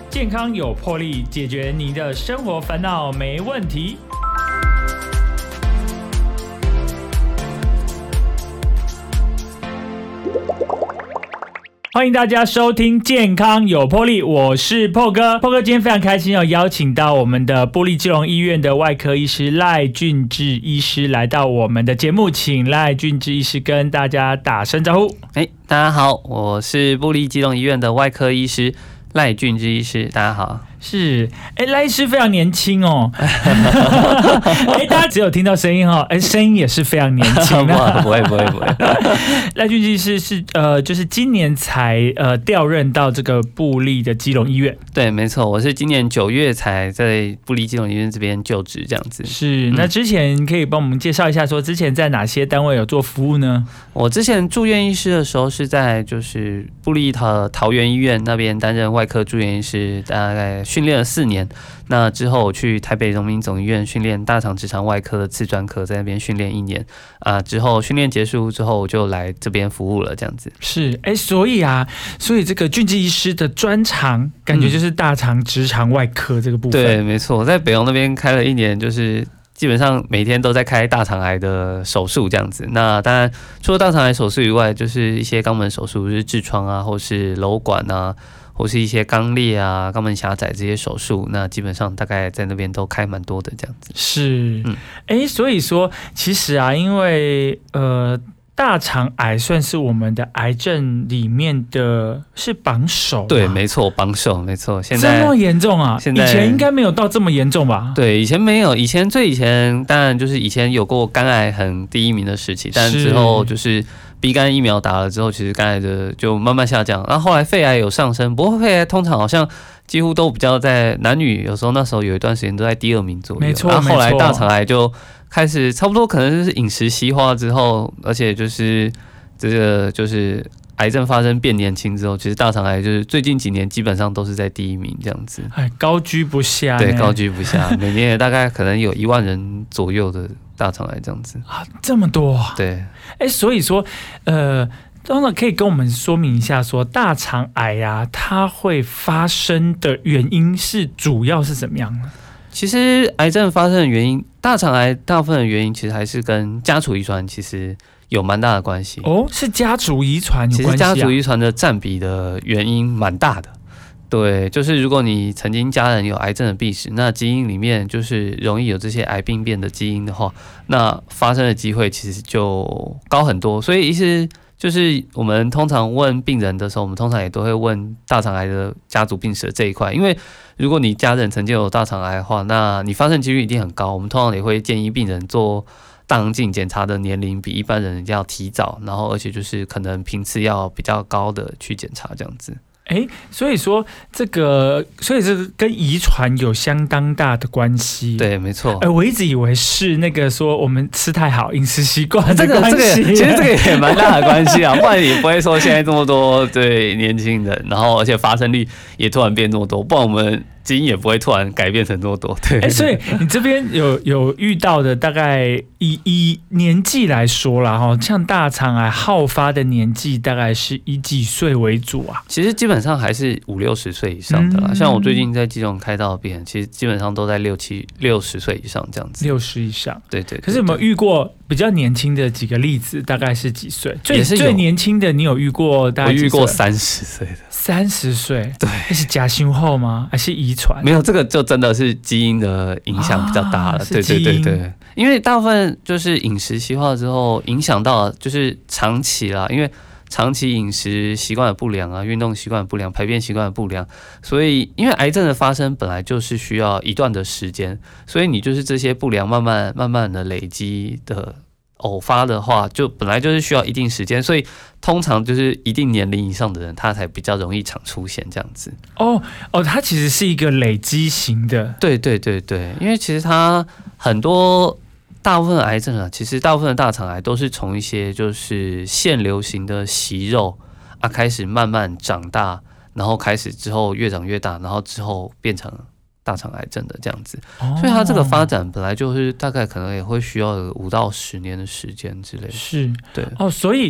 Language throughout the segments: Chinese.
健康有魄力，解决你的生活烦恼没问题。欢迎大家收听健康有魄力，我是破哥。破哥今天非常开心邀请到我们的部立基隆医院的外科医师赖俊志医师来到我们的节目，请赖俊志医师跟大家打声招呼。 大家好，我是部立基隆医院的外科医师赖俊志医师，大家好。 是，赖医师非常年轻哦。大家只有听到声音哦，声音也是非常年轻的。 不会。 赖俊志医师是就是今年才调任到这个部立的基隆医院。 对，没错，我是今年9月才在部立基隆医院这边就职，这样子。 是，那之前可以帮我们介绍一下，说之前在哪些单位有做服务呢？ 我之前住院医师的时候是在就是部立桃园医院那边担任外科住院医师，大概训练了4年。那之后我去台北荣民总医院训练大肠直肠外科的次专科，在那边训练1年之后训练结束之后，我就来这边服务了，这样子。 是，所以这个俊志医师的专长感觉就是大肠直肠外科这个部分。 对，没错，我在北荣那边开了1年，就是基本上每天都在开大肠癌的手术这样子。那当然除了大肠癌手术以外，就是一些肛门手术，就是痔疮啊，或是瘘管啊，或是一些肛裂啊、肛门狭窄这些手术，那基本上大概在那边都开蛮多的这样子。 是，所以说其实因为大肠癌算是我们的癌症里面的是榜首。 对，没错，榜首，没错。现在这么严重啊？以前应该没有到这么严重吧？ 对，以前没有，以前当然就是以前有过肝癌很第1名的时期，但之后就是B 肝疫苗打了之后，其实肝癌的就慢慢下降。然后后来肺癌有上升，不过肺癌通常好像几乎都比较在男女，有时候那时候有一段时间都在第2名左右。 没错， 然后后来大肠癌就开始差不多，可能就是饮食西化之后，而且就是这个就是癌症发生变年轻之后，其实大肠癌就是最近几年基本上都是在第1名这样子。 高居不下。 对，高居不下，每年也大概可能有1万人左右的大肠癌这样子。 这么多。 对。 所以说当然可以跟我们说明一下，说大肠癌它会发生的原因主要是怎么样呢？ 其实癌症发生的原因，大肠癌大部分的原因其实还是跟家族遗传其实有蛮大的关系。 是家族遗传有关系。 其实家族遗传的占比的原因蛮大的。对，就是如果你曾经家人有癌症的病史，那基因里面就是容易有这些癌病变的基因的话，那发生的机会其实就高很多。所以意思就是我们通常问病人的时候，我们通常也都会问大肠癌的家族病史的这一块，因为如果你家人曾经有大肠癌的话，那你发生几率一定很高。我们通常也会建议病人做大肠镜检查的年龄比一般人要提早，然后而且就是可能频次要比较高的去检查这样子。 所以说这个跟遗传有相当大的关系。 对，没错。 我一直以为是那个说我们吃太好，饮食习惯的关系。 其实这个也蛮大的关系啊，不然也不会说现在这么多对年轻人，然后而且发生率也突然变这么多，不然我们基因也不会突然改变成这么多。对， 所以你这边有遇到的，大概以年纪来说啦，像大肠癌好发的年纪大概是以几岁为主啊？ 其实基本上还是50-60岁以上的啦。像我最近在基隆开刀的病人，其实基本上都在60岁以上这样子。 60以上， 对。 可是有没有遇过比较年轻的几个例子？大概是几岁？最年轻的你有遇过？大概我遇过30岁的。 30岁， 对， 是假胸后吗？还是遗传？ 没有，这个就真的是基因的影响比较大了。对，因为大部分就是饮食西化之后影响到就是长期啦，因为长期饮食习惯的不良啊，运动习惯的不良，排便习惯的不良，所以因为癌症的发生本来就是需要一段的时间，所以你就是这些不良慢慢的累积的偶发的话，就本来就是需要一定时间，所以通常就是一定年龄以上的人，他才比较容易常出现这样子。 它其实是一个累积型的。 对，因为其实它很多大部分的癌症啊，其实大部分的大肠癌都是从一些就是腺瘤型的息肉开始慢慢长大，然后开始之后越长越大，然后之后变成大肠癌症的这样子。所以它这个发展本来就是大概可能也会需要5到10年的时间之类的。 是， 对。 所以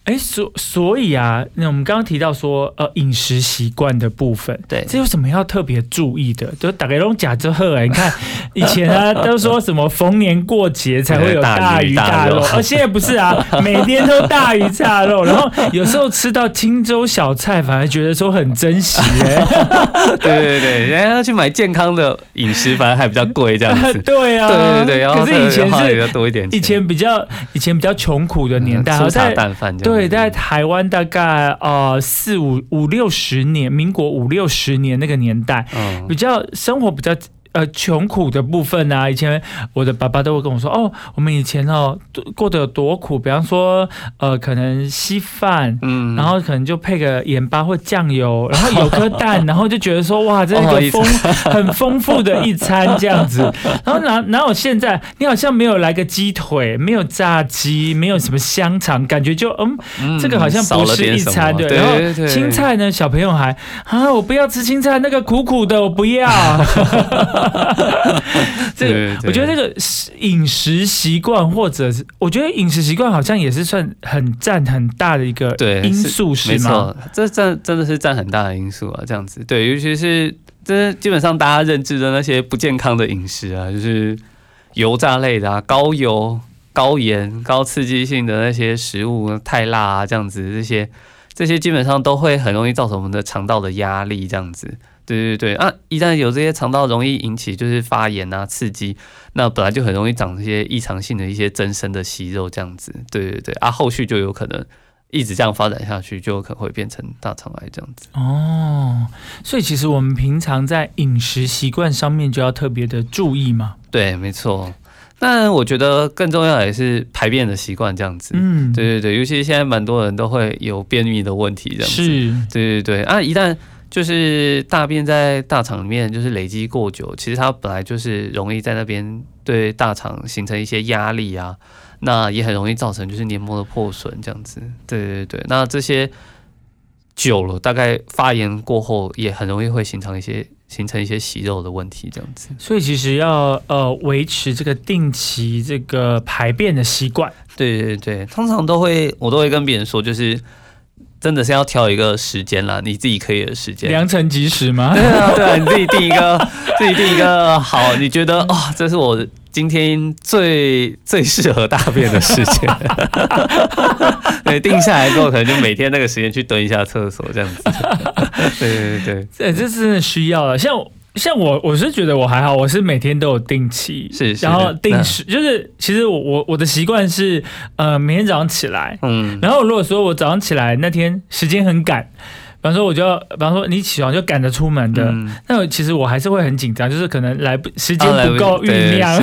所以啊，那我们刚刚提到说，饮食习惯的部分， 对， 这有什么要特别注意的？就大概都假之后，你看以前啊，都说什么逢年过节才会有大鱼大肉，而现在不是啊，每天都大鱼大肉，然后有时候吃到清粥小菜，反而觉得说很珍惜对，人家要去买健康的饮食，反而还比较贵这样子。 对啊， 对，然后可是以前是比较多一点钱， 以前比较穷苦的年代， 粗茶淡饭这样。 对，在台湾大概50-60年，民国50-60年那个年代，比较生活比较穷苦的部分啊，以前我的爸爸都会跟我说，我们以前过得有多苦，比方说可能稀饭，然后可能就配个盐巴或酱油，然后有颗蛋，然后就觉得说哇，这是一个很丰富的一餐这样子。然后哪有现在你好像没有来个鸡腿，没有炸鸡，没有什么香肠，感觉就这个好像不是一餐，对。然后青菜呢，小朋友还我不要吃青菜，那个苦苦的我不要。我觉得这个饮食习惯，或者是我觉得饮食习惯好像也是算占很大的一个因素，是吗？ 没错，这真的是占很大的因素啊，这样子。对，尤其是这基本上大家认知的那些不健康的饮食啊，就是油炸类的啊，高油、高盐、高刺激性的那些食物，太辣啊，这样子，这些基本上都会很容易造成我们的肠道的压力，这样子。对啊，一旦有这些肠道容易引起就是发炎啊、刺激，那本来就很容易长这些异常性的一些增生的息肉这样子。对啊，后续就有可能一直这样发展下去，就有可能会变成大肠癌这样子。 所以其实我们平常在饮食习惯上面就要特别的注意嘛。对， 没错。那我觉得更重要也是排便的习惯这样子。对，尤其现在蛮多人都会有便秘的问题这样子。是，对啊，一旦就是大便在大肠里面就是累积过久，其实它本来就是容易在那边对大肠形成一些压力啊，那也很容易造成就是黏膜的破损这样子。对，那这些久了，大概发炎过后也很容易会形成一些息肉的问题这样子。 所以其实要维持这个定期这个排便的习惯。 对，通常我都会跟别人说，就是真的是要挑一个时间啦，你自己可以的时间。 良辰吉时吗？ 对啊，你自己定一个好，你觉得这是我今天最适合大便的时间。对，定下来之后，可能就每天那个时间去蹲一下厕所这样子。对， 这真的需要了。像我是觉得我还好，我是每天都有定期，然后定时，就是其实我的习惯是每天早上起来，然后如果说我早上起来那天时间很赶，比方说你起床就赶着出门的，那其实我还是会很紧张，就是可能时间不够酝酿，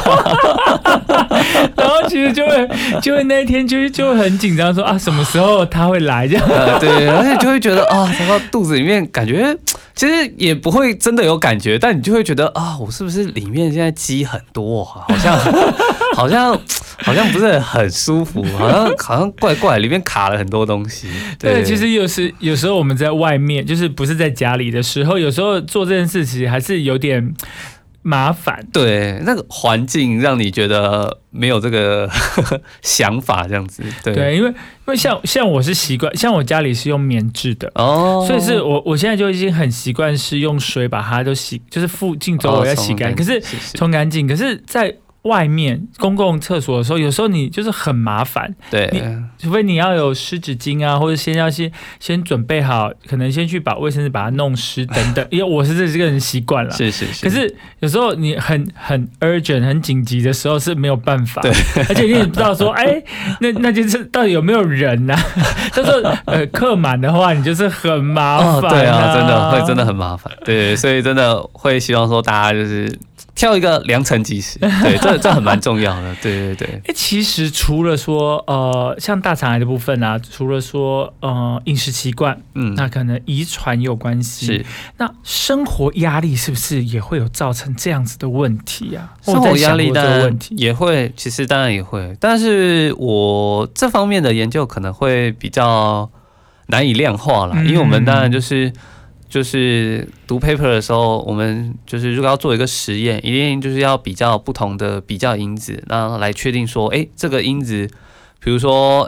然后其实就会那一天就会很紧张，说什么时候他会来这样。 对，而且就会觉得肠到肚子里面感觉。其实也不会真的有感觉，但你就会觉得我是不是里面现在积很多，好像不是很舒服，好像怪怪，里面卡了很多东西。 对，其实有时候我们在外面，就是不是在家里的时候，有时候做这件事情还是有点麻烦。 对，那个环境让你觉得没有这个想法这样子。 对，因为像我是习惯，像我家里是用棉质的所以是我现在就已经很习惯是用水把它都洗，就是附近周围要洗干净，可是冲干净，可是在外面公共厕所的时候，有时候你就是很麻烦， 对， 除非你要有湿纸巾啊，或者先准备好，可能先去把卫生纸把它弄湿等等，因为我是这个人习惯了， 是。 可是有时候你很 urgent 很紧急的时候是没有办法， 对， 而且你也不知道说，那就是到底有没有人啊？他说客满的话，你就是很麻烦， 对啊，真的很麻烦，对，所以真的会希望说大家就是挑一个良辰吉时，对，这很蛮重要的，对。 其实除了说像大肠癌的部分啊，除了说饮食习惯，那可能遗传有关系， 是。 那生活压力是不是也会有造成这样子的问题啊？ 生活压力当然也会，其实当然也会，但是我这方面的研究可能会比较难以量化啦，因为我们当然就是读 paper 的时候，我们就是如果要做一个实验，一定就是要比较不同的比较因子，然后来确定说，这个因子比如说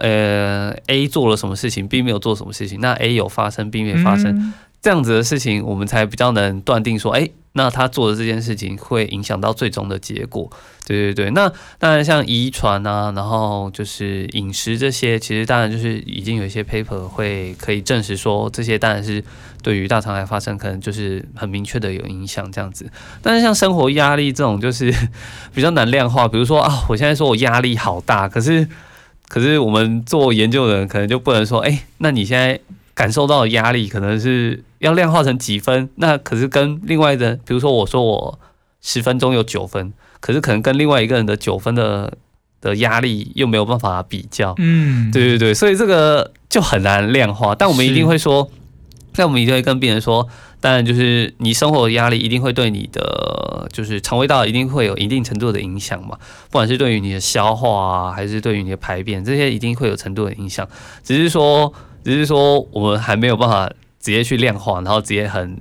A 做了什么事情 ，B 没有做什么事情，那 A 有发生，B 没发生，这样子的事情，我们才比较能断定说，那他做的这件事情会影响到最终的结果。对对对，那当然像遗传啊，然后就是饮食这些，其实当然就是已经有一些 paper 可以证实说，这些当然是对于大肠癌发生可能就是很明确的有影响这样子。但是像生活压力这种就是比较难量化，比如说我现在说我压力好大，可是我们做研究的人可能就不能说，那你现在感受到的压力可能是要量化成几分，那可是跟另外的，比如说我说我10分钟有9分，可是可能跟另外一个人的9分的压力又没有办法比较，对对对，所以这个就很难量化。但我们一定会说，但我们一定会跟病人说，当然就是你生活的压力一定会对你的就是肠胃道一定会有一定程度的影响嘛，不管是对于你的消化啊，还是对于你的排便，这些一定会有程度的影响，只是说我们还没有办法直接去量化，然后直接很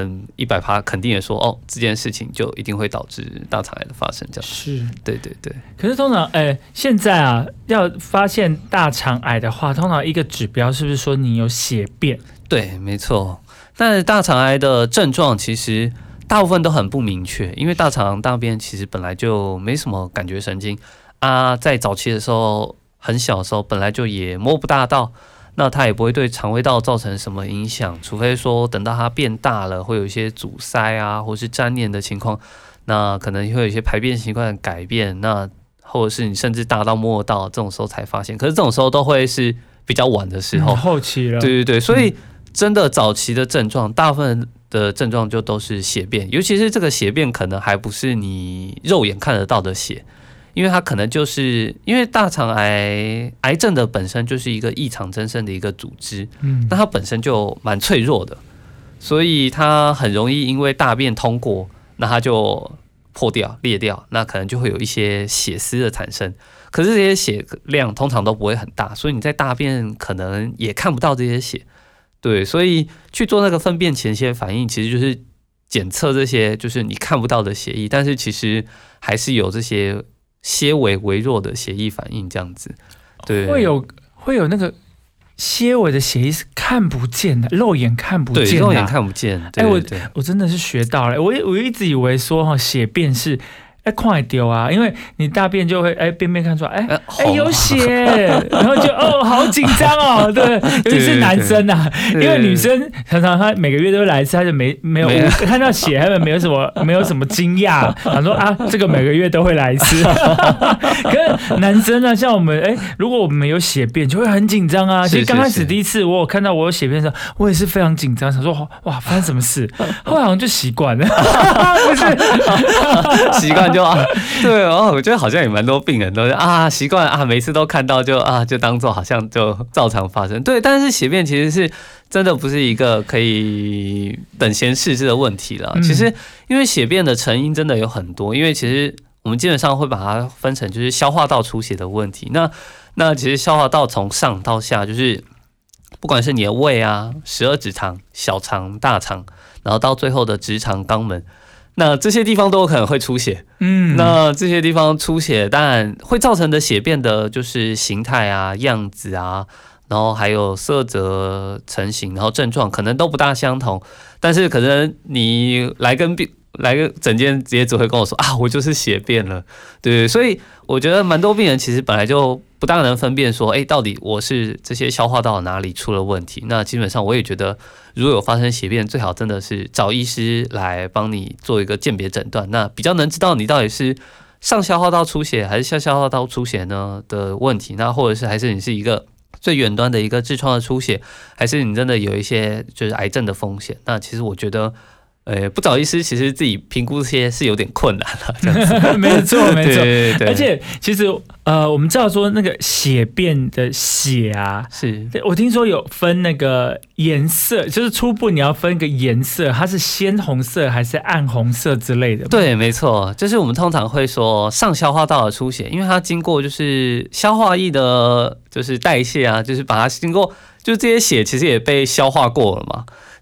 100%肯定的说，这件事情就一定会导致大肠癌的发生，这样是， 对对对。 可是通常，现在啊，要发现大肠癌的话，通常一个指标是不是说你有血便？对， 没错。但是大肠癌的症状其实大部分都很不明确，因为大肠大便其实本来就没什么感觉神经啊，在早期的时候，很小的时候本来就也摸不大到。那它也不会对肠胃道造成什么影响，除非说等到它变大了，会有一些阻塞啊，或是粘连的情况，那可能会有一些排便习惯的改变，那或者是你甚至大到摸得到，这种时候才发现。可是这种时候都会是比较晚的时候， 后期了。 对对对，所以真的早期的症状，大部分的症状就都是血便，尤其是这个血便可能还不是你肉眼看得到的血。因为它可能就是因为大肠癌症的本身就是一个异常增生的一个组织，那它本身就蛮脆弱的，所以它很容易因为大便通过，那它就破掉裂掉，那可能就会有一些血丝的产生。可是这些血量通常都不会很大，所以你在大便可能也看不到这些血。对，所以去做那个粪便前些反应，其实就是检测这些就是你看不到的血液，但是其实还是有这些些微弱的血液反应这样子，对，会有那个些微的血液是看不见的，肉眼看不见的， 对，肉眼看不见。 我真的是学到了，我一直以为说血便是。快丢啊！因为你大便就会便看出来，有血，然后就好紧张哦，对，尤其是男生啊，因为女生常常她每个月都来一次，她就没有看到血，他们没有什么惊讶，想说这个每个月都会来一次。可是男生呢，像我们如果我们有血便，就会很紧张啊。其实刚开始第一次我有看到我有血便的时候，我也是非常紧张，想说哇发生什么事，后来好像就习惯了，不是习惯。对我觉得好像也蛮多病人都是习惯每次都看到就当做好像就照常发生。对，但是血便其实是真的不是一个可以等闲视之的问题了。其实因为血便的成因真的有很多，因为其实我们基本上会把它分成就是消化道出血的问题。那其实消化道从上到下就是不管是你的胃啊、12指肠、小肠、大肠，然后到最后的直肠、肛门。那这些地方都有可能会出血，那这些地方出血，当然会造成的血便的就是形态啊、样子啊，然后还有色泽成型，然后症状可能都不大相同，但是可能你来个诊间直接只会跟我说我就是血便了，对，所以我觉得蛮多病人其实本来就不大能分辨说，到底我是这些消化道哪里出了问题。那基本上我也觉得，如果有发生血便，最好真的是找医师来帮你做一个鉴别诊断，那比较能知道你到底是上消化道出血还是下消化道出血呢的问题，那或者是还是你是一个最远端的一个痔疮的出血，还是你真的有一些就是癌症的风险。那其实我觉得不找医师，其实自己评估这些是有点困难了，这样子。 没错， 对。 而且其实我们知道说那个血便的血啊， 是我听说有分那个颜色，就是初步你要分个颜色，它是鲜红色还是暗红色之类的。 对，没错，就是我们通常会说上消化道的出血，因为它经过就是消化液的，就是代谢啊，就是把它经过，就是这些血其实也被消化过了嘛。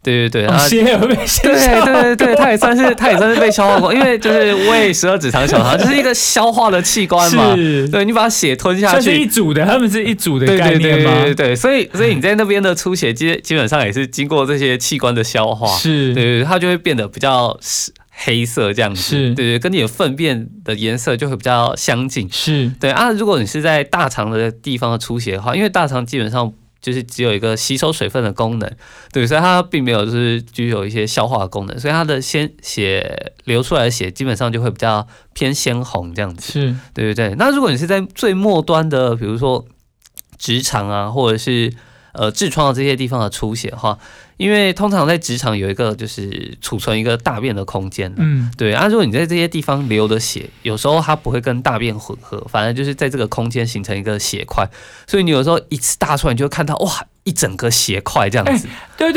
对对对， 血也会被先消化过。 对，它也算是被消化过，因为就是胃、十二指肠、小肠，就是一个消化的器官嘛。对，你把血吞下去， 算是一组的，他们是一组的概念吗？ 对，所以你在那边的出血基本上也是经过这些器官的消化， 是， 对，它就会变得比较黑色这样子， 是， 对，跟你的粪便的颜色就会比较相近， 是对啊。如果你是在大肠的地方的出血的话，因为大肠基本上就是只有一个吸收水分的功能，对，所以它并没有就是具有一些消化的功能，所以它的血流出来的血基本上就会比较偏鲜红这样子， 是， 对。那如果你是在最末端的，比如说直肠啊，或者是痔疮的这些地方的出血的话，因为通常在直肠有一个就是储存一个大便的空间，对啊。如果你在这些地方流的血，有时候它不会跟大便混合，反而就是在这个空间形成一个血块，所以你有时候一次大出来，你就会看到哇，一整个血块这样子。 对，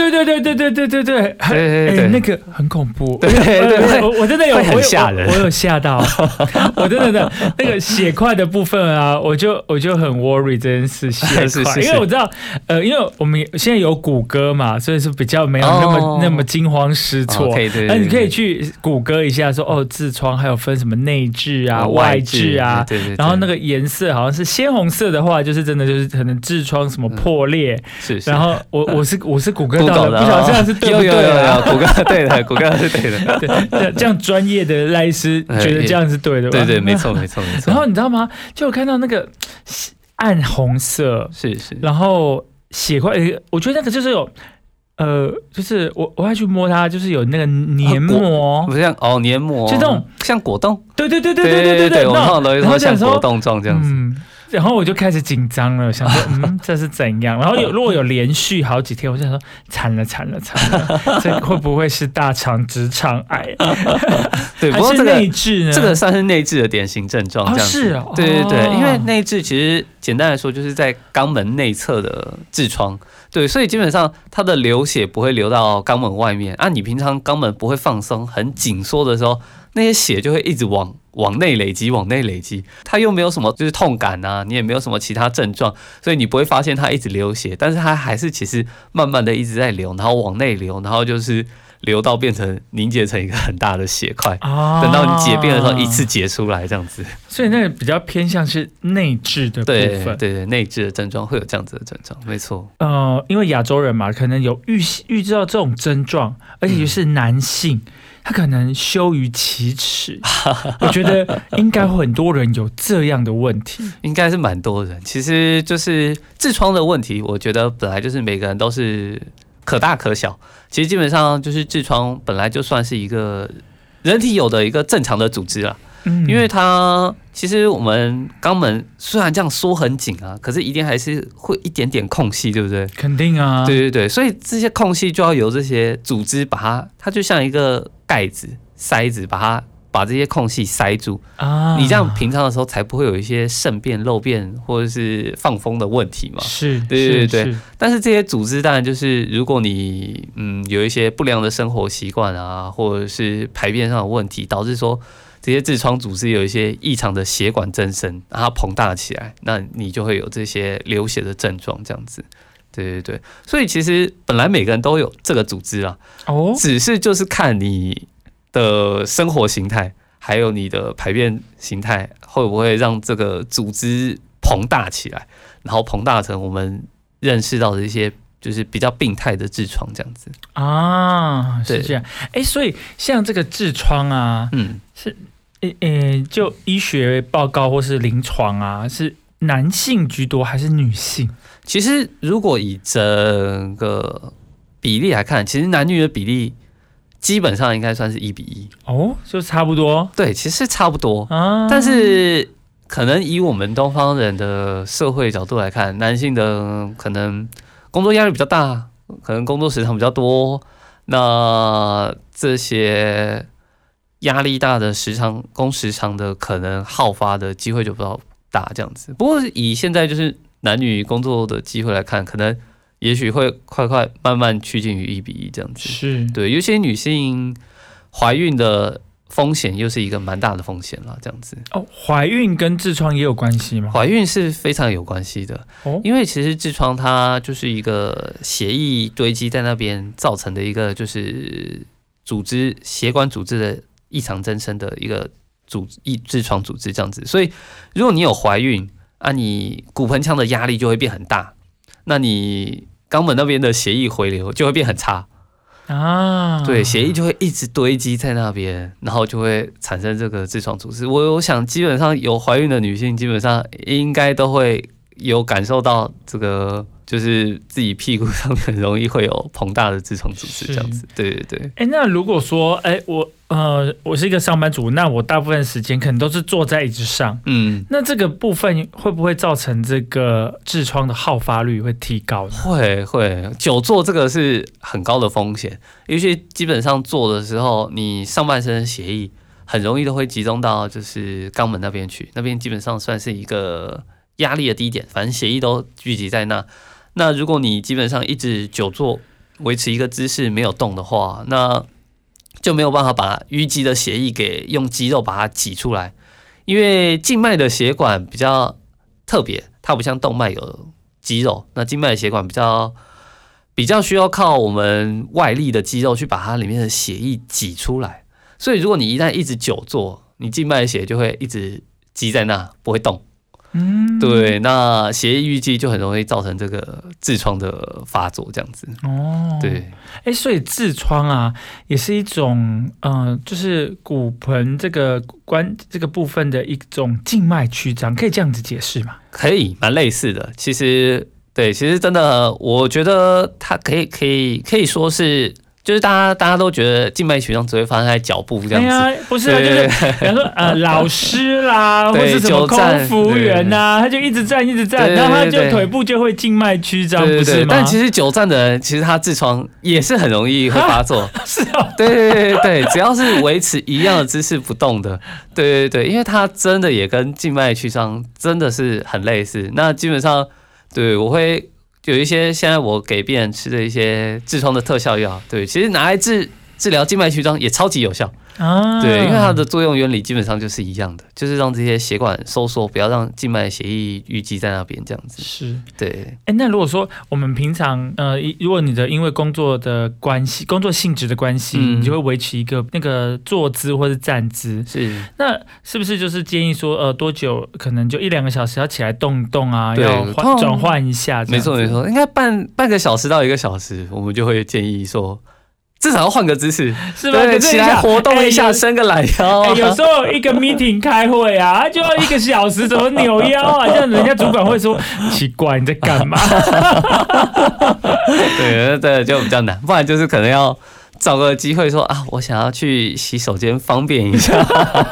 那个很恐怖。 对， 我真的有很吓人， 我有吓到，我真的那个血块的部分啊，我就很 worry 这件事血块，因为我知道，因为我们现在有谷歌嘛，所以是比较没有那么惊慌失措。 对， 那你可以去谷歌一下，说痔疮还有分什么内痔啊、外痔啊， 对， 然后那个颜色好像是鲜红色的话，就是真的就是可能痔疮什么破裂。 是， 然后我是谷歌到的，不晓得这样是对不对？ 有，谷歌对的，谷歌是对的。 对，这样专业的赖医师觉得这样是对的吧？ 对，没错。 然后你知道吗？就我看到那个暗红色， 是， 然后血块，我觉得那个就是有。就是我要去摸它，就是有那个黏膜， 不像黏膜， 就这种像果冻。 对， 我看到都会像果冻状这样子。 然后我就开始紧张了，想说这是怎样？然后如果有连续好几天，我就想说惨了，这会不会是大肠直肠癌？ 对，不过这个内痔呢？ 这个算是内痔的典型症状，这样子。 是对，因为内痔其实简单来说就是在肛门内侧的痔疮。对，所以基本上它的流血不会流到肛门外面啊。你平常肛门不会放松、很紧缩的时候，那些血就会一直往内累积，它又没有什么就是痛感啊，你也没有什么其他症状，所以你不会发现它一直流血，但是它还是其实慢慢的一直在流，然后往内流，然后就是流到变成凝结成一个很大的血块，等到你解便的时候一次解出来这样子。 所以那个比较偏向是内痔的部分。 对，内痔的症状会有这样子的症状，没错。 因为亚洲人嘛，可能有预知到这种症状，而且就是男性。他可能羞于启齿，我觉得应该会很多人有这样的问题， 应该是蛮多人。其实就是痔疮的问题，我觉得本来就是每个人都是可大可小。其实基本上就是痔疮本来就算是一个人体有的一个正常的组织啦。因为它其实我们肛门虽然这样缩很紧啊，可是一定还是会一点点空隙，对不对？ 肯定啊。 对，所以这些空隙就要由这些组织把它就像一个盖子、塞子，把这些空隙塞住啊。你这样平常的时候才不会有一些渗便、漏便或者是放风的问题嘛。 是， 对。但是这些组织当然就是如果你有一些不良的生活习惯啊，或者是排便上的问题，导致说这些痔疮组织有一些异常的血管增生，让它膨大起来，那你就会有这些流血的症状，这样子。对，所以其实本来每个人都有这个组织啦，只是就是看你的生活形态，还有你的排便形态，会不会让这个组织膨大起来，然后膨大成我们认识到的一些就是比较病态的痔疮这样子啊，是这样。所以像这个痔疮啊，是。就医学报告或是临床啊，是男性居多还是女性？ 其实如果以整个比例来看，其实男女的比例基本上应该算是1:1 就差不多。 对，其实差不多啊。但是可能以我们东方人的社会角度来看，男性的可能工作压力比较大，可能工作时长比较多，那这些压力大的工时长的可能好发的机会就比较大这样子。不过以现在就是男女工作的机会来看，可能也许会快慢慢趋近于1:1这样子。 是， 对，有些女性怀孕的风险又是一个蛮大的风险啦，这样子。 哦，怀孕跟痔疮也有关系吗？ 怀孕是非常有关系的，因为其实痔疮它就是一个血液堆积在那边造成的一个就是血管组织的异常增生的一个痔疮组织这样子。所以如果你有怀孕啊，你骨盆腔的压力就会变很大，那你肛门那边的血液回流就会变很差。对，血液就会一直堆积在那边，然后就会产生这个痔疮组织。我想基本上有怀孕的女性，基本上应该都会有感受到这个，就是自己屁股上很容易会有膨大的痔疮组织这样子。对对对。 那如果说，我是一个上班族，那我大部分时间可能都是坐在椅子上，那这个部分会不会造成这个痔疮的好发率会提高呢？ 会，久坐这个是很高的风险，尤其基本上坐的时候，你上半身的血液很容易都会集中到就是肛门那边去，那边基本上算是一个压力的低点，反正血液都聚集在那。那如果你基本上一直久坐，维持一个姿势没有动的话，那就没有办法把淤积的血液给用肌肉把它挤出来，因为静脉的血管比较特别，它不像动脉有肌肉，那静脉的血管比较需要靠我们外力的肌肉去把它里面的血液挤出来，所以如果你一旦一直久坐，你静脉的血就会一直积在那，不会动。对，那血液淤积就很容易造成这个痔疮的发作，这样子。对。 所以痔疮啊，也是一种就是骨盆这个部分的一种静脉曲张，可以这样子解释吗？ 可以，蛮类似的。其实真的，我觉得它可以说是。就是大家都觉得静脉曲张只会发生在脚部这样子， 不是啊，就是比方说老师啦，或是什么空服员呐，他就一直站，然后他就腿部就会静脉曲张，不是吗？ 但其实久站的人，其实他痔疮也是很容易会发作， 是哦， 对，只要是维持一样的姿势不动的，对，因为它真的也跟静脉曲张真的是很类似。那基本上，对我会。有一些现在我给病人吃的一些痔疮的特效药，对，其实拿来治疗静脉曲张也超级有效。对，因为它的作用原理基本上就是一样的，就是让这些血管收缩，不要让静脉血液淤积在那边，这样子。 是， 对。 那如果说我们平常如果你的因为工作的关系、工作性质的关系，你就会维持一个那个坐姿或是站姿， 是。 那是不是就是建议说多久可能就1-2个小时要起来动一动啊，要转换一下？ 没错，应该半个小时到1个小时，我们就会建议说。至少要换个姿势， 是吧？ 对，起来活动一下，伸个懒腰。 有时候一个 meeting 开会啊，他就要1个小时，怎么扭腰啊？这样人家主管会说奇怪你在干嘛？ 对，这就比较难，不然就是可能要找个机会说啊，我想要去洗手间方便一下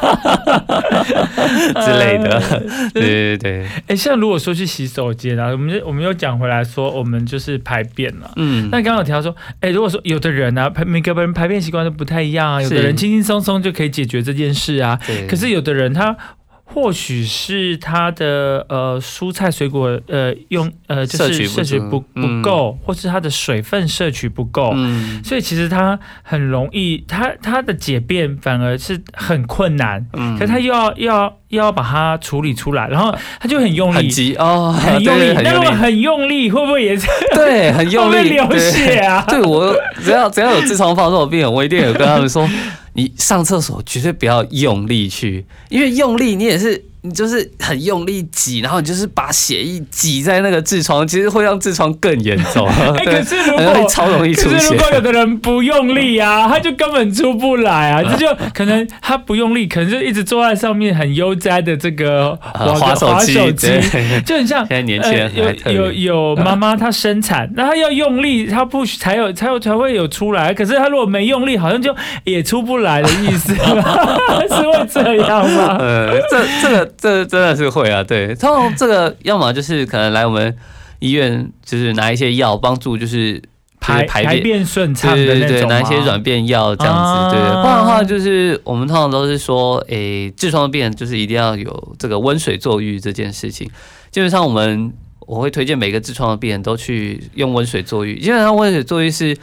之类的。对。 像如果说去洗手间啊，我们又讲回来说，我们就是排便了。那刚刚有提到说，如果说有的人啊，每个人排便习惯都不太一样啊，有的人轻轻松松就可以解决这件事啊，可是有的人他。或许是他的蔬菜水果就是摄取不够，或是他的水分摄取不够，所以其实他很容易，他的解便反而是很困难，可是他又要把它处理出来，然后他就很用力， 很急哦， 很用力。那如果很用力，会不会也是对很用力会不会流血啊？ 对我只要有痔疮发作的病人，我一定有跟他们说。你上厕所绝对不要用力去，因为用力你就是很用力挤，然后你就是把血液挤在那个痔疮，其实会让痔疮更严重。 可是如果超容易出血， 可是如果有的人不用力啊，他就根本出不来啊，这就可能他不用力，可能就一直坐在上面很悠哉的这个滑手机，就很像现在年轻人有妈妈她生产，那她要用力，她不才会有出来，可是她如果没用力，好像就也出不来的意思，是会这样吗？ 这真的是会啊，对，通常这个要么就是可能来我们医院，就是拿一些药帮助，就是排便顺畅的那种， 对，拿一些软便药这样子，对，不然的话就是我们通常都是说，痔疮的病人就是一定要有这个温水坐浴这件事情。基本上我会推荐每个痔疮的病人都去用温水坐浴，基本上温水坐浴是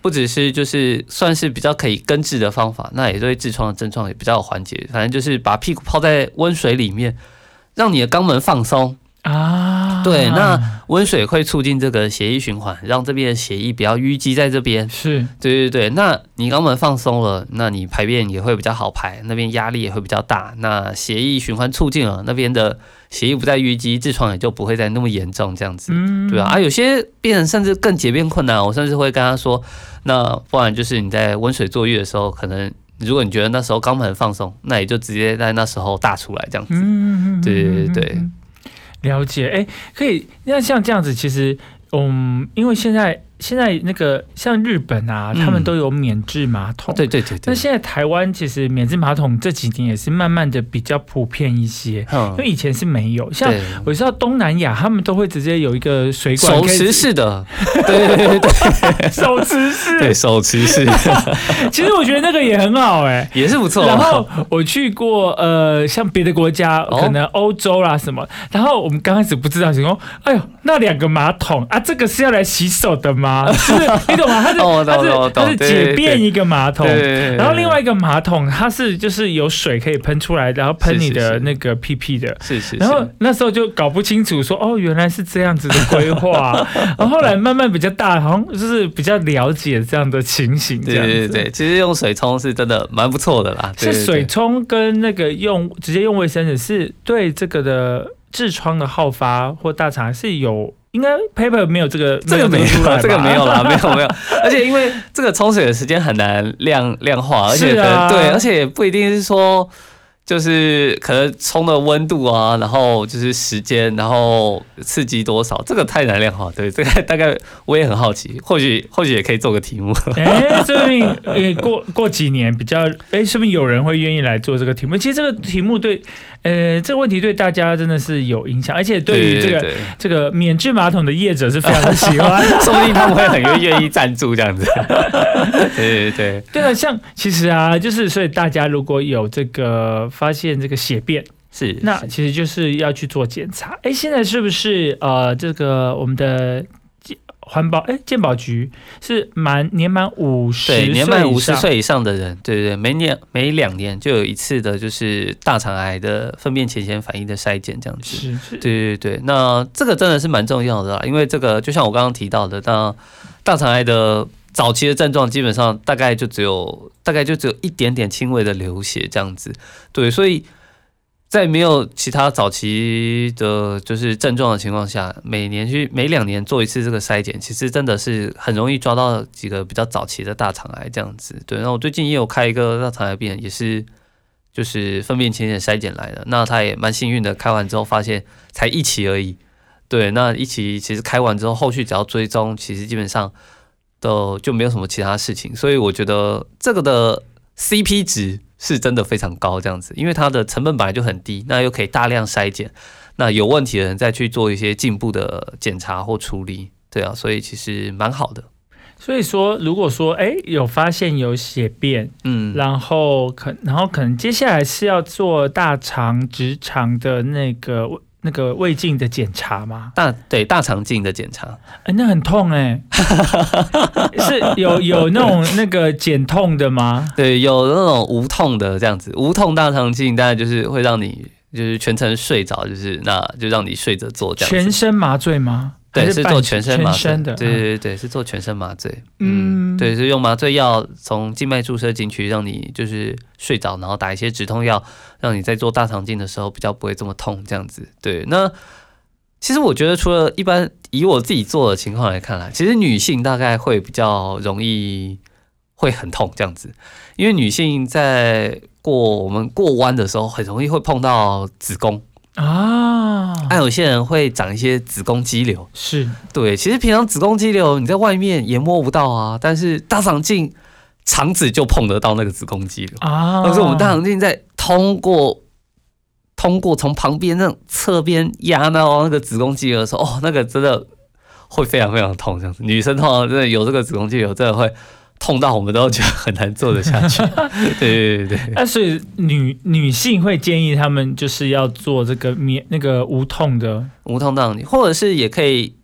不只是就是算是比较可以根治的方法，那也对痔疮的症状也比较有缓解。反正就是把屁股泡在温水里面，让你的肛门放松啊。对，那温水会促进这个血液循环，让这边的血液不要淤积在这边。 是， 对对对。那你肛门放松了，那你排便也会比较好排，那边压力也会比较大。那血液循环促进了，那边的血液不再淤积，痔疮也就不会再那么严重这样子。对啊，有些病人甚至更解便困难，我甚至会跟他说，那不然就是你在温水坐浴的时候，可能如果你觉得那时候肛门很放松，那也就直接在那时候大出来这样子。对对对。 了解，可以。那像这样子，其实，因为现在那个像日本啊，他们都有免治马桶。对。那现在台湾其实免治马桶这几年也是慢慢的比较普遍一些，因为以前是没有。像我知道东南亚，他们都会直接有一个水管手持式的，对， 手持式， 对，手持式。 其实我觉得那个也很好， 也是不错。 然后我去过像别的国家，可能欧洲啦什么，然后我们刚开始不知道，说，哎呦，那2个马桶啊，这个是要来洗手的吗？就是你懂吗？它是解便一个马桶，然后另外一个马桶它是就是有水可以喷出来，然后喷你的那个屁屁的。是。然后那时候就搞不清楚说原来是这样子的规划。然后后来慢慢比较大，好像就是比较了解这样的情形。 对，其实用水冲是真的蛮不错的啦。 是水冲跟那个直接用卫生纸是对这个的痔疮的好发或大肠是有。应该 paper 没有这个没有，这个没有啦，没有。而且因为这个冲水的时间很难量化，而且对，而且也不一定是说就是可能冲的温度啊，然后就是时间，然后刺激多少，这个太难量化。对，这个大概我也很好奇，或许也可以做个题目。 说不定过几年比较，说不定有人会愿意来做这个题目。其实这个题目对。这个问题对大家真的是有影响，而且对于这个免治马桶的业者是非常的喜欢， 说不定他们会很愿意赞助这样子。对啊，像其实啊，就是所以大家如果有这个发现这个血便，那其实就是要去做检查。现在是不是这个我们的环保健保局是年满50岁， 年满50岁以上的人，对，每2年就有一次的，就是大肠癌的粪便前显反应的筛检这样子。 是， 对，那这个真的是蛮重要的啦，因为这个就像我刚刚提到的，那大肠癌的早期的症状基本上大概就只有一点点轻微的流血这样子，对，所以。在没有其他早期的就是症状的情况下，每2年做一次这个筛检，其实真的是很容易抓到几个比较早期的大肠癌这样子。对，那我最近也有开一个大肠癌病人，也是就是粪便前显筛检来的，那他也蛮幸运的，开完之后发现才1期而已。对，那1期其实开完之后，后续只要追踪，其实基本上就没有什么其他事情，所以我觉得这个的 CP 值。是真的非常高这样子，因为它的成本本来就很低，那又可以大量筛检，那有问题的人再去做一些进一步的检查或处理，对啊，所以其实蛮好的。 所以说，如果说有发现有血便，然后可能接下来是要做大肠、直肠的那个胃镜的检查吗？ 大肠镜的检查， 那很痛是有那个减痛的吗？ 对，有那种无痛的这样子，无痛大肠镜当然就是会让你就是全程睡着，就是那就让你睡着做这样子。 全身麻醉吗？ 对，是做全身麻醉的。 对，是做全身麻醉。对，是用麻醉药从静脉注射进去，让你就是睡着，然后打一些止痛药，让你在做大肠镜的时候比较不会这么痛，这样子。对，那其实我觉得除了一般以我自己做的情况来看啦，其实女性大概会比较容易会很痛这样子，因为女性在我们过弯的时候，很容易会碰到子宫。还有些人会长一些子宫肌瘤， 是对。其实平常子宫肌瘤你在外面也摸不到啊，但是大肠镜肠子就碰得到那个子宫肌瘤啊。但是我们大肠镜在通过从旁边那种侧边压到那个子宫肌瘤的时候，那个真的会非常非常痛。这样子，女生通常真的有这个子宫肌瘤，真的会痛到我们都觉得很难做得下去。对。 那所以女性会建议他们就是要做这个那个无痛大肠镜， 或者是也可以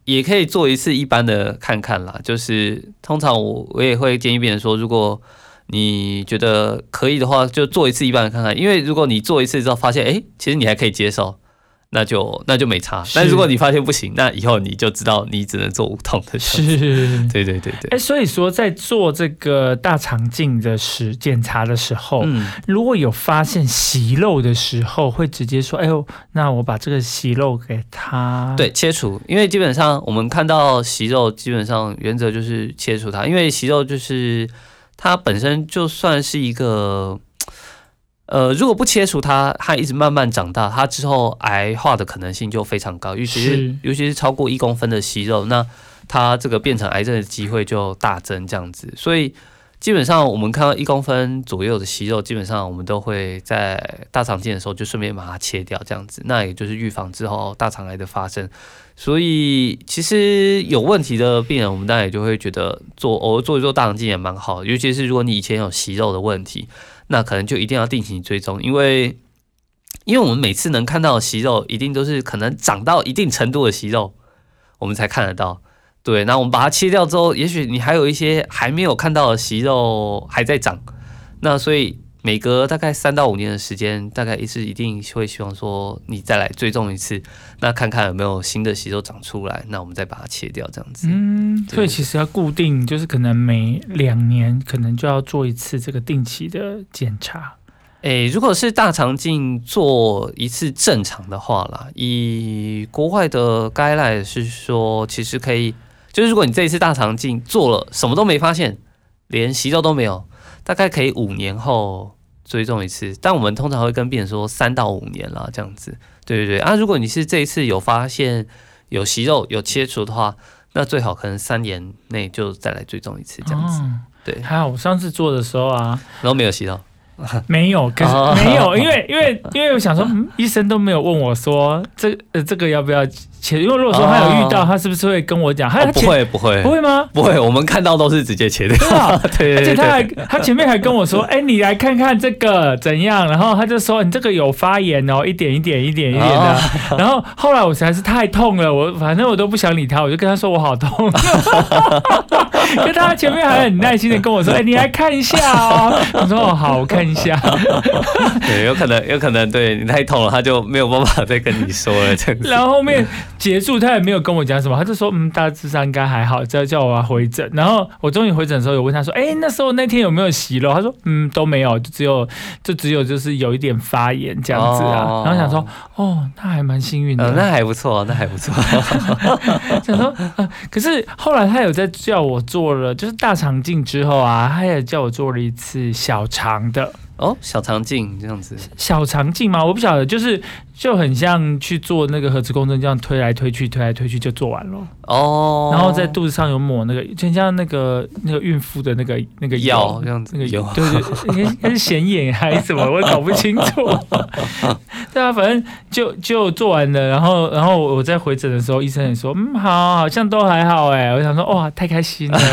也可以做一次一般的看看啦。就是通常我也会建议病人说，如果你觉得可以的话，就做一次一般的看看。因为如果你做一次之后发现，其实你还可以接受。那就没差，但如果你发现不行，那以后你就知道你只能做无痛的。 是， 对对对对。 所以说在做这个大肠镜的检查的时候，如果有发现息肉的时候，会直接说，哎呦，那我把这个息肉给它对切除，因为基本上我们看到息肉，基本上原则就是切除它，因为息肉就是它本身就算是一个。如果不切除它一直慢慢长大，它之后癌化的可能性就非常高，尤其是超过1公分的息肉，那它这个变成癌症的机会就大增这样子。所以基本上我们看到1公分左右的息肉，基本上我们都会在大肠镜的时候就顺便把它切掉这样子，那也就是预防之后大肠癌的发生。所以其实有问题的病人，我们当然也就会觉得偶尔做一做大肠镜也蛮好的，尤其是如果你以前有息肉的问题。那可能就一定要定期追踪，因为我们每次能看到的息肉，一定都是可能长到一定程度的息肉，我们才看得到。对，那我们把它切掉之后，也许你还有一些还没有看到的息肉还在长。那所以每隔大概3到5年的时间，大概一定会希望说你再来追踪一次，那看看有没有新的息肉长出来，那我们再把它切掉这样子。 所以其实要固定，就是可能每2年可能就要做一次这个定期的检查。 如果是大肠镜做一次正常的话啦，以国外的guideline是说，其实可以，就是如果你这一次大肠镜做了什么都没发现，连息肉都没有，大概可以5年后追踪一次，但我们通常会跟病人说3到5年啦，这样子。对对对啊，如果你是这一次有发现有息肉有切除的话，那最好可能3年内就再来追踪一次这样子。对， 还好我上次做的时候啊， 然后没有息肉。 没有，可是没有，因为我想说，医生都没有问我说这个要不要切，因为如果说他有遇到，他是不是会跟我讲？ 不会吗？ 不会，我们看到都是直接切的。对， 而且他前面还跟我说，你来看看这个怎样，然后他就说你这个有发炎哦，一点的。然后后来我实在是太痛了，反正我都不想理他，我就跟他说我好痛。因为他前面还很耐心的跟我说，你来看一下哦。我说好，我看一下。 对，有可能对你太痛了，他就没有办法再跟你说了这样子。 然后后面结束，他也没有跟我讲什么，他就说大致上应该还好，叫我回诊。然后我终于回诊的时候，有问他说，那时候那天有没有息肉？他说都没有，就只有就是有一点发炎这样子啊。然后想说那还蛮幸运的， 那还不错。 想说可是后来他有在叫我做了，就是大肠镜之后啊，他也叫我做了一次小肠的。 小肠镜这样子， 小肠镜吗？我不晓得，就很像去做那个核磁共振，这样推来推去就做完了。然后在肚子上有抹那个，就像那个孕妇的那个药这样子， 那个油，对，应该是显眼还是什么，我搞不清楚。对啊，反正就做完了，然后我在回诊的时候，医生也说，好像都还好我想说，哇，太开心了。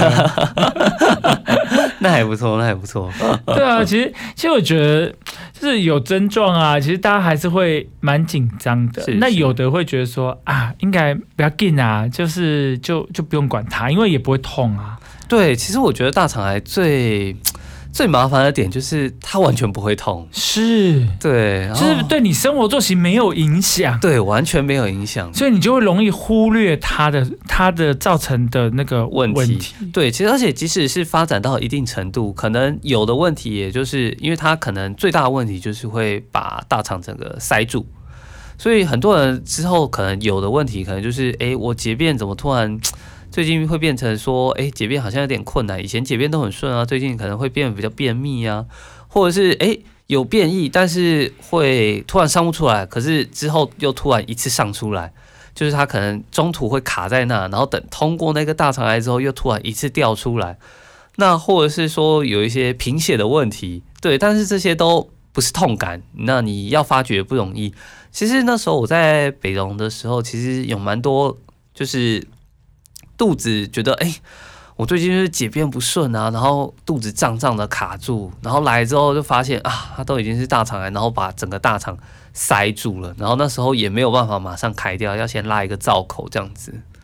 那还不错。 对啊，其实我觉得就是有症状啊，其实大家还是会蛮紧张的。那有的会觉得说应该不要紧啊，就不用管它，因为也不会痛啊。 对，其实我觉得大肠癌最麻烦的点就是它完全不会痛，对， 就是对你生活作息没有影响， 对，完全没有影响， 所以你就会容易忽略它的造成的那个问题。 对，其实而且即使是发展到一定程度，可能有的问题，也就是因为它可能最大的问题就是会把大肠整个塞住，所以很多人之后可能有的问题，可能就是我解便怎么突然最近会变成说，解便好像有点困难，以前解便都很顺啊，最近可能会变得比较便秘啊，或者是有变异，但是会突然上不出来，可是之后又突然一次上出来，就是它可能中途会卡在那，然后等通过那个大肠癌之后，又突然一次掉出来，那或者是说有一些贫血的问题，对，但是这些都不是痛感，那你要发觉不容易。其实那时候我在北荣的时候，其实有蛮多就是肚子觉得我最近就是解便不顺啊，然后肚子胀胀的卡住，然后来之后就发现它都已经是大肠癌，然后把整个大肠塞住了，然后那时候也没有办法马上开掉，要先拉一个造口这样子。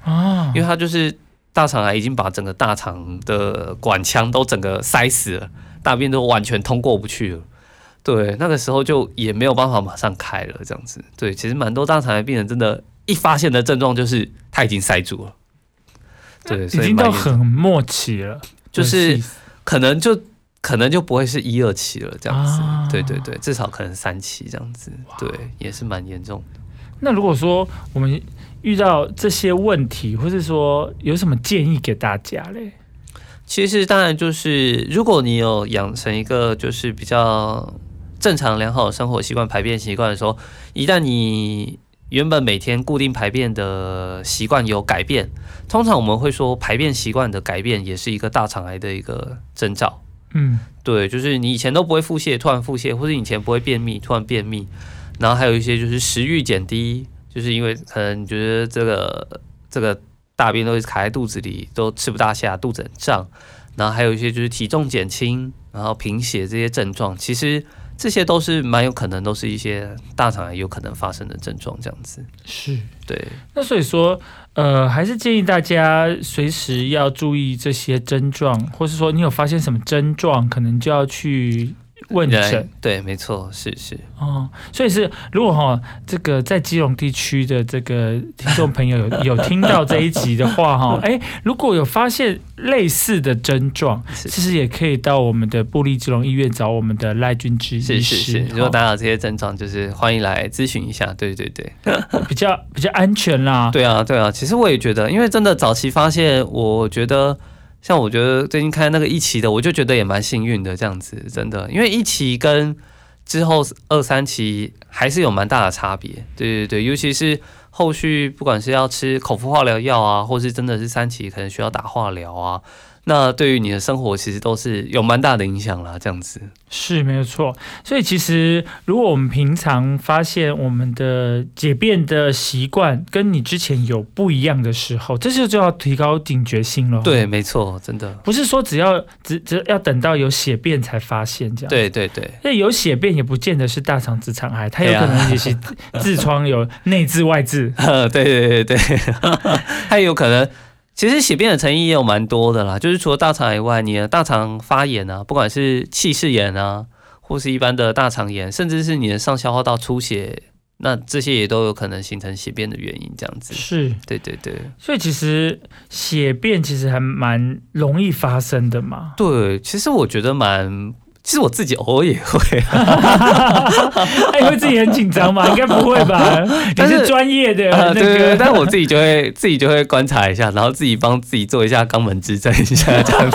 因为它就是大肠癌已经把整个大肠的管腔都整个塞死了，大便都完全通过不去了。对，那个时候就也没有办法马上开了，这样子。对，其实蛮多大肠癌病人真的，一发现的症状就是他已经塞住了。对，所以已经到很末期了， 就是可能就不会是1、2期了这样子。对对对，至少可能3期这样子。对，也是蛮严重的。 那如果说我们遇到这些问题，或是说有什么建议给大家嘞？ 其实当然就是，如果你有养成一个就是比较正常良好的生活习惯、排便习惯的时候，一旦你原本每天固定排便的习惯有改变，通常我们会说排便习惯的改变也是一个大肠癌的一个征兆。对，就是你以前都不会腹泻，突然腹泻，或者以前不会便秘，突然便秘，然后还有一些就是食欲减低，就是因为可能你觉得这个大便都卡在肚子里，都吃不大下，肚子很胀，然后还有一些就是体重减轻，然后贫血这些症状，其实这些都是蛮有可能都是一些大肠癌有可能发生的症状，这样子。 是， 对。 那所以说，还是建议大家随时要注意这些症状，或是说你有发现什么症状，可能就要去问诊。 对，没错，是。 所以是如果这个在基隆地区的这个听众朋友有听到这一集的话如果有发现类似的症状，其实也可以到我们的部立基隆医院找我们的赖俊之医师。 是。如果大家有这些症状，就是欢迎来咨询一下。对， 比较安全啦。 对啊。其实我也觉得，因为真的早期发现，我觉得。像我觉得最近看那个1期的，我就觉得也蛮幸运的这样子，真的，因为1期跟之后2、3期还是有蛮大的差别，对，尤其是后续不管是要吃口服化疗药啊，或是真的是3期可能需要打化疗啊，那对于你的生活其实都是有蛮大的影响啦，这样子。 是没有错，所以其实如果我们平常发现我们的解便的习惯跟你之前有不一样的时候，这就要提高警觉性了。 对，没错，真的不是说只要等到有血便才发现这样。 对， 那有血便也不见得是大肠直肠癌，它有可能也是痔疮有内痔外痔。 对，它有可能。其实血便的成因也有蛮多的啦，就是除了大肠癌以外，你的大肠发炎啊，不管是气室炎啊，或是一般的大肠炎，甚至是你的上消化道出血，那这些也都有可能形成血便的原因，这样子。 是， 对。 所以其实血便其实还蛮容易发生的嘛。 对，其实我觉得其实我自己偶尔也会， 会自己很紧张吗？应该不会吧？你是专业的对，但我自己就会观察一下，然后自己帮自己做一下肛门指诊一下，这样子。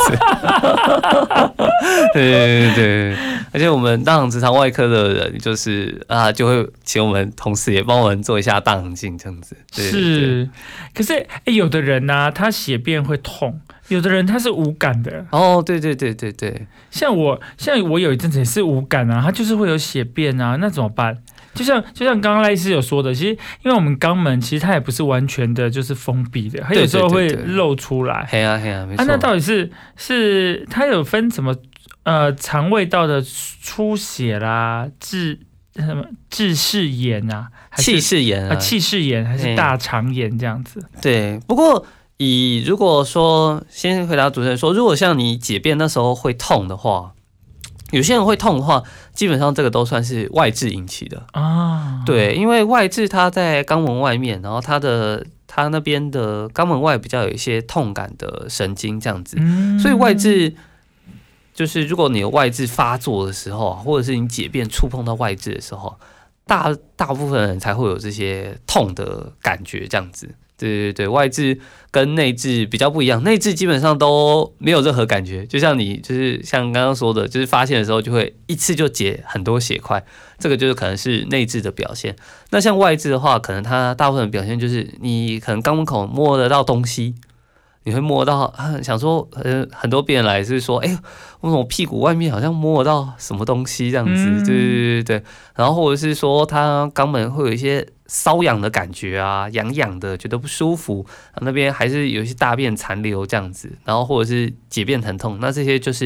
对，而且我们大肠直肠外科的人就是就会请我们同事也帮我们做一下大肠镜，这样子。 是，可是有的人呢，他血便会痛。有的人他是无感的对， 像我有一阵子也是无感啊，他就是会有血便啊，那怎么办？就像刚刚赖医师有说的，其实因为我们肛门其实它也不是完全的就是封闭的，它有时候会露出来。 嘿啊，没错。 那到底是它有分什么肠胃道的出血啦、痔室炎啊， 气室炎啊， 气室炎还是大肠炎这样子？ 对，不过。如果说先回答主持人说，如果像你解便那时候会痛的话，有些人会痛的话，基本上这个都算是外痔引起的啊。对，因为外痔它在肛门外面，然后它那边的肛门外比较有一些痛感的神经这样子，所以外痔就是如果你有外痔发作的时候，或者是你解便触碰到外痔的时候，大部分人才会有这些痛的感觉这样子。对，外痔跟内痔比较不一样，内痔基本上都没有任何感觉，就像你就是像刚刚说的，就是发现的时候就会一次就解很多血块，这个就是可能是内痔的表现。那像外痔的话，可能它大部分的表现就是你可能肛门口摸得到东西，你会摸到，想说很多病人来是说，为什么我屁股外面好像摸得到什么东西这样子？对，然后或者是说他肛门会有一些瘙痒的感觉啊，痒痒的，觉得不舒服，那边还是有一些大便残留这样子，然后或者是解便疼痛，那这些就是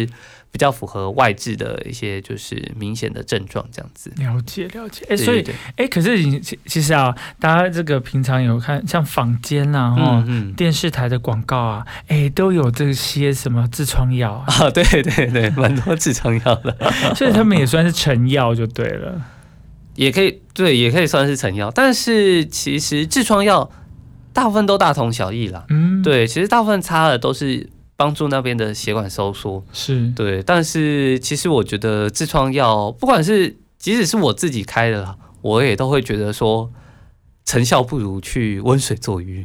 比较符合外痔的一些就是明显的症状这样子。 了解。所以可是其实啊，大家这个平常有看像坊间啊，电视台的广告啊，都有这些什么痔疮药啊， 对，蛮多痔疮药的， 所以他们也算是成药就对了。 也可以算是成药，但是其实痔疮药大部分都大同小异啦。对，其实大部分擦的都是帮助那边的血管收缩， 是对。 但是其实我觉得痔疮药，不管是即使是我自己开的啦，我也都会觉得说，成效不如去温水坐浴。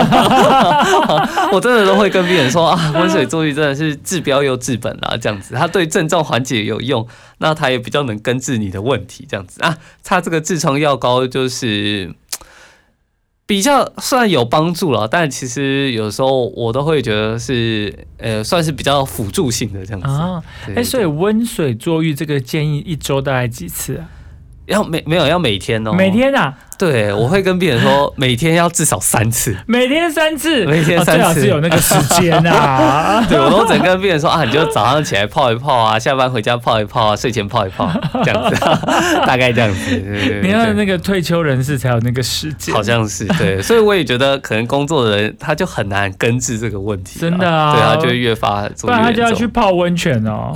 我真的都会跟别人说啊，温水坐浴真的是治标又治本啦，这样子，它对症状缓解有用，那它也比较能根治你的问题，这样子啊。擦这个痔疮药膏就是比较算有帮助了，但其实有时候我都会觉得是算是比较辅助性的这样子啊。 所以温水坐浴这个建议1周大概几次啊？ 要每天哦， 每天啊？ 对，我会跟别人说，每天要至少3次， 每天3次， 最好是有那个时间啊。 对，我都整跟别人说啊，你就早上起来泡一泡啊，下班回家泡一泡啊，睡前泡一泡，这样子，大概这样子。对， 你要那个退休人士才有那个时间， 好像是对，所以我也觉得可能工作的人他就很难根治这个问题， 真的啊， 对，他就会越发做越严重， 不然他就要去泡温泉哦。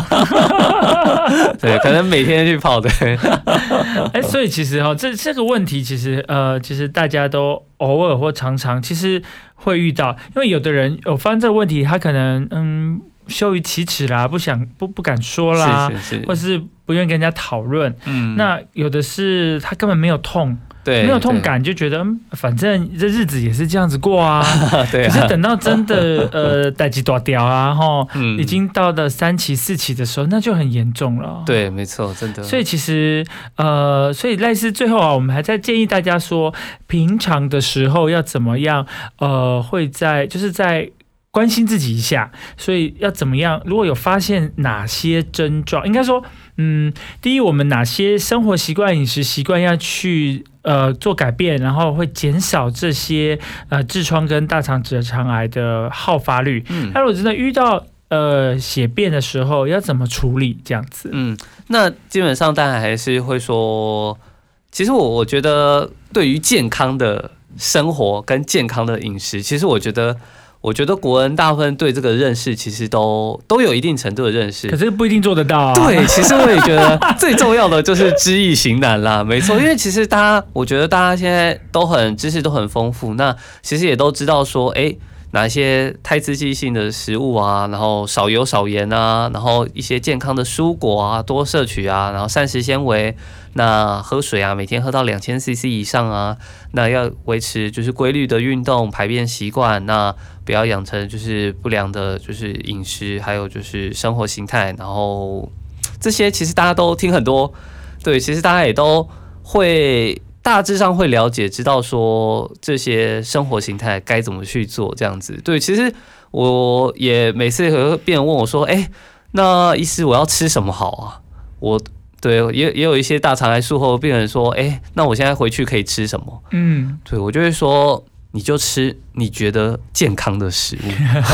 对，可能每天去泡，对。 所以其实这个问题其实大家都偶尔或常常其实会遇到，因为有的人有发现这个问题，他可能羞于启齿啦，不敢说啦，或是不愿意跟人家讨论。那有的是他根本没有痛。对，没有痛感就觉得反正这日子也是这样子过啊。对啊。可是等到真的代志大条啊，已经到了3期4期的时候，那就很严重了。 对，没错，真的。 所以其实所以类似最后啊，我们还在建议大家说，平常的时候要怎么样会就是在关心自己一下，所以要怎么样？如果有发现哪些症状，应该说，第一，我们哪些生活习惯、饮食习惯要去做改变，然后会减少这些痔疮跟大肠直肠癌的好发率。那如果真的遇到血便的时候，要怎么处理？这样子。 那基本上当然还是会说，其实我觉得对于健康的生活跟健康的饮食，其实我觉得国人大部分对这个认识其实都有一定程度的认识， 可是不一定做得到啊。 对，其实我也觉得最重要的就是知易行难啦，没错，因为其实我觉得大家现在知识都很丰富，那其实也都知道说，哪些太刺激性的食物啊，然后少油少盐啊，然后一些健康的蔬果啊，多摄取啊，然后膳食纤维，那喝水啊，每天喝到2000cc 以上啊，那要维持就是规律的运动排便习惯，那不要养成就是不良的就是饮食，还有就是生活形态，然后这些其实大家都听很多，对，其实大家也都会大致上会了解，知道说这些生活形态该怎么去做，这样子。对，其实我也每次有别人问我说，那医师我要吃什么好啊？对，也有一些大肠癌术后病人说，那我现在回去可以吃什么？对，我就会说，你就吃你觉得健康的食物。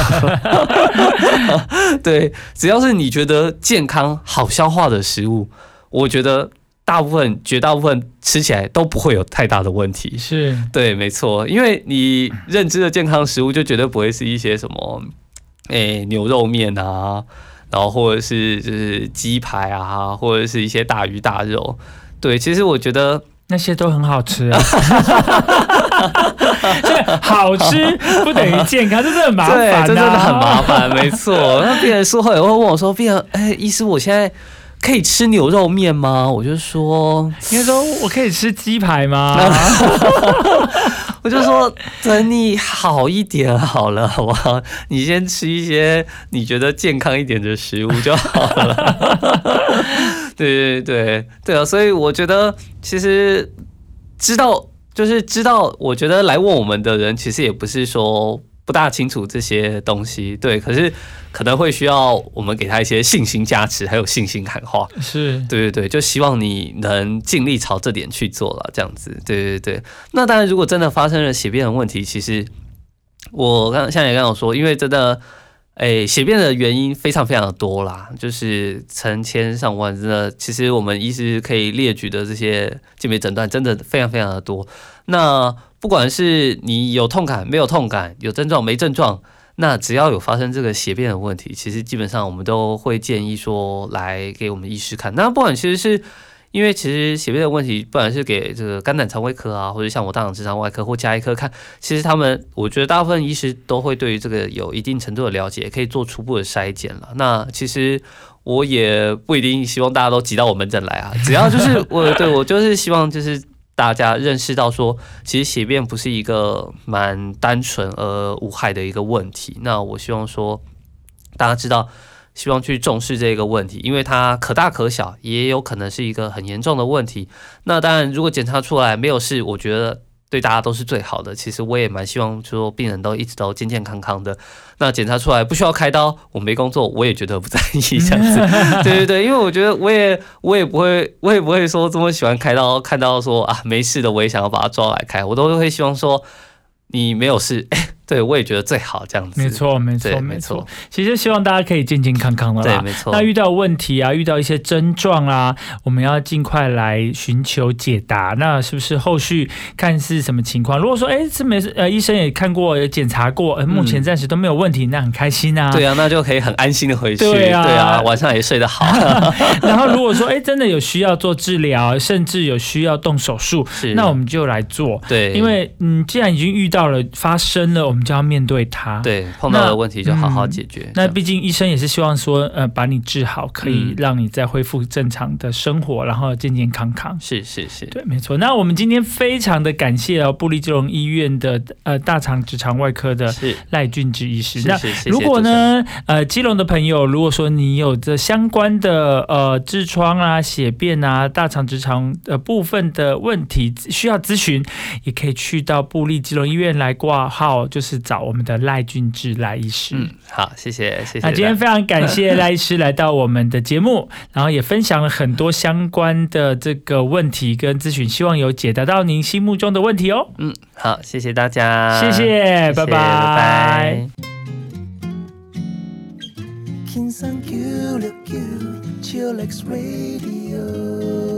对，只要是你觉得健康好消化的食物，我觉得绝大部分吃起来都不会有太大的问题。 是，对， 没错，因为你认知的健康食物就绝对不会是一些什么，牛肉面啊，然后或者是就是鸡排啊，或者是一些大鱼大肉。对，其实我觉得那些都很好吃啊。所以好吃不等于健康，这真的很麻烦啊。 对，这真的很麻烦，没错。那病人术后也会问我说，医师，我现在可以吃牛肉面吗？我就说， 应该说我可以吃鸡排吗？ 我就说等你好一点好了，好不好？你先吃一些你觉得健康一点的食物就好了。对啊，所以我觉得其实知道，我觉得来问我们的人，其实也不是说不大清楚这些东西，对，可是可能会需要我们给他一些信心加持，还有信心喊话， 是， 对，就希望你能尽力朝这点去做了，这样子，对。那当然，如果真的发生了血便的问题，其实我像也刚有说，因为真的血便的原因非常非常的多啦，就是成千上万，真的，其实我们医师可以列举的这些鉴别诊断真的非常非常的多。那不管是你有痛感没有痛感，有症状没症状，那只要有发生这个血便的问题，其实基本上我们都会建议说来给我们医师看。那不管其实是因为其实血便的问题，不管是给这个肝胆肠胃科啊，或者像我大肠直肠外科或家医科看，其实他们我觉得大部分医师都会对于这个有一定程度的了解，可以做初步的筛检了。那其实我也不一定希望大家都挤到我门诊来啊，只要就是我就是希望就是大家认识到说，其实血便不是一个蛮单纯而无害的一个问题。那我希望说大家知道。希望去重视这个问题，因为它可大可小，也有可能是一个很严重的问题。那当然，如果检查出来没有事，我觉得对大家都是最好的。其实我也蛮希望说病人都一直都健健康康的。那检查出来不需要开刀，我没工作，我也觉得不在意这样子。对，因为我觉得我也不会说这么喜欢开刀，看到说啊没事的，我也想要把它抓来开，我都会希望说你没有事。对，我也觉得最好这样子。 没错。其实希望大家可以健健康康的啦。 对，没错。 那遇到问题啊，遇到一些症状啊，我们要尽快来寻求解答。那是不是后续看是什么情况？如果说是没事，医生也看过、也检查过，目前暂时都没有问题，那很开心啊。 对啊，那就可以很安心的回去。 对啊， 晚上也睡得好。 然后如果说真的有需要做治疗，甚至有需要动手术，那我们就来做。 对， 因为既然已经遇到了、发生了，我们就要面对它。 对，碰到的问题就好好解决。 那毕竟医生也是希望说，把你治好，可以让你再恢复正常的生活，然后健健康康。 是， 对，没错。那我们今天非常的感谢部立基隆医院的大肠直肠外科的赖俊志医师。那如果呢，基隆的朋友，如果说你有这相关的痔疮啊、血便啊、大肠直肠部分的问题需要咨询，也可以去到部立基隆医院来挂号，就是找我们的赖俊志赖医师。 好，谢谢。 那今天非常感谢赖医师来到我们的节目，然后也分享了很多相关的这个问题跟咨询，希望有解答到您心目中的问题哦。 好，谢谢大家， 谢谢，拜拜。 Kinsan Q6Q Chillax Radio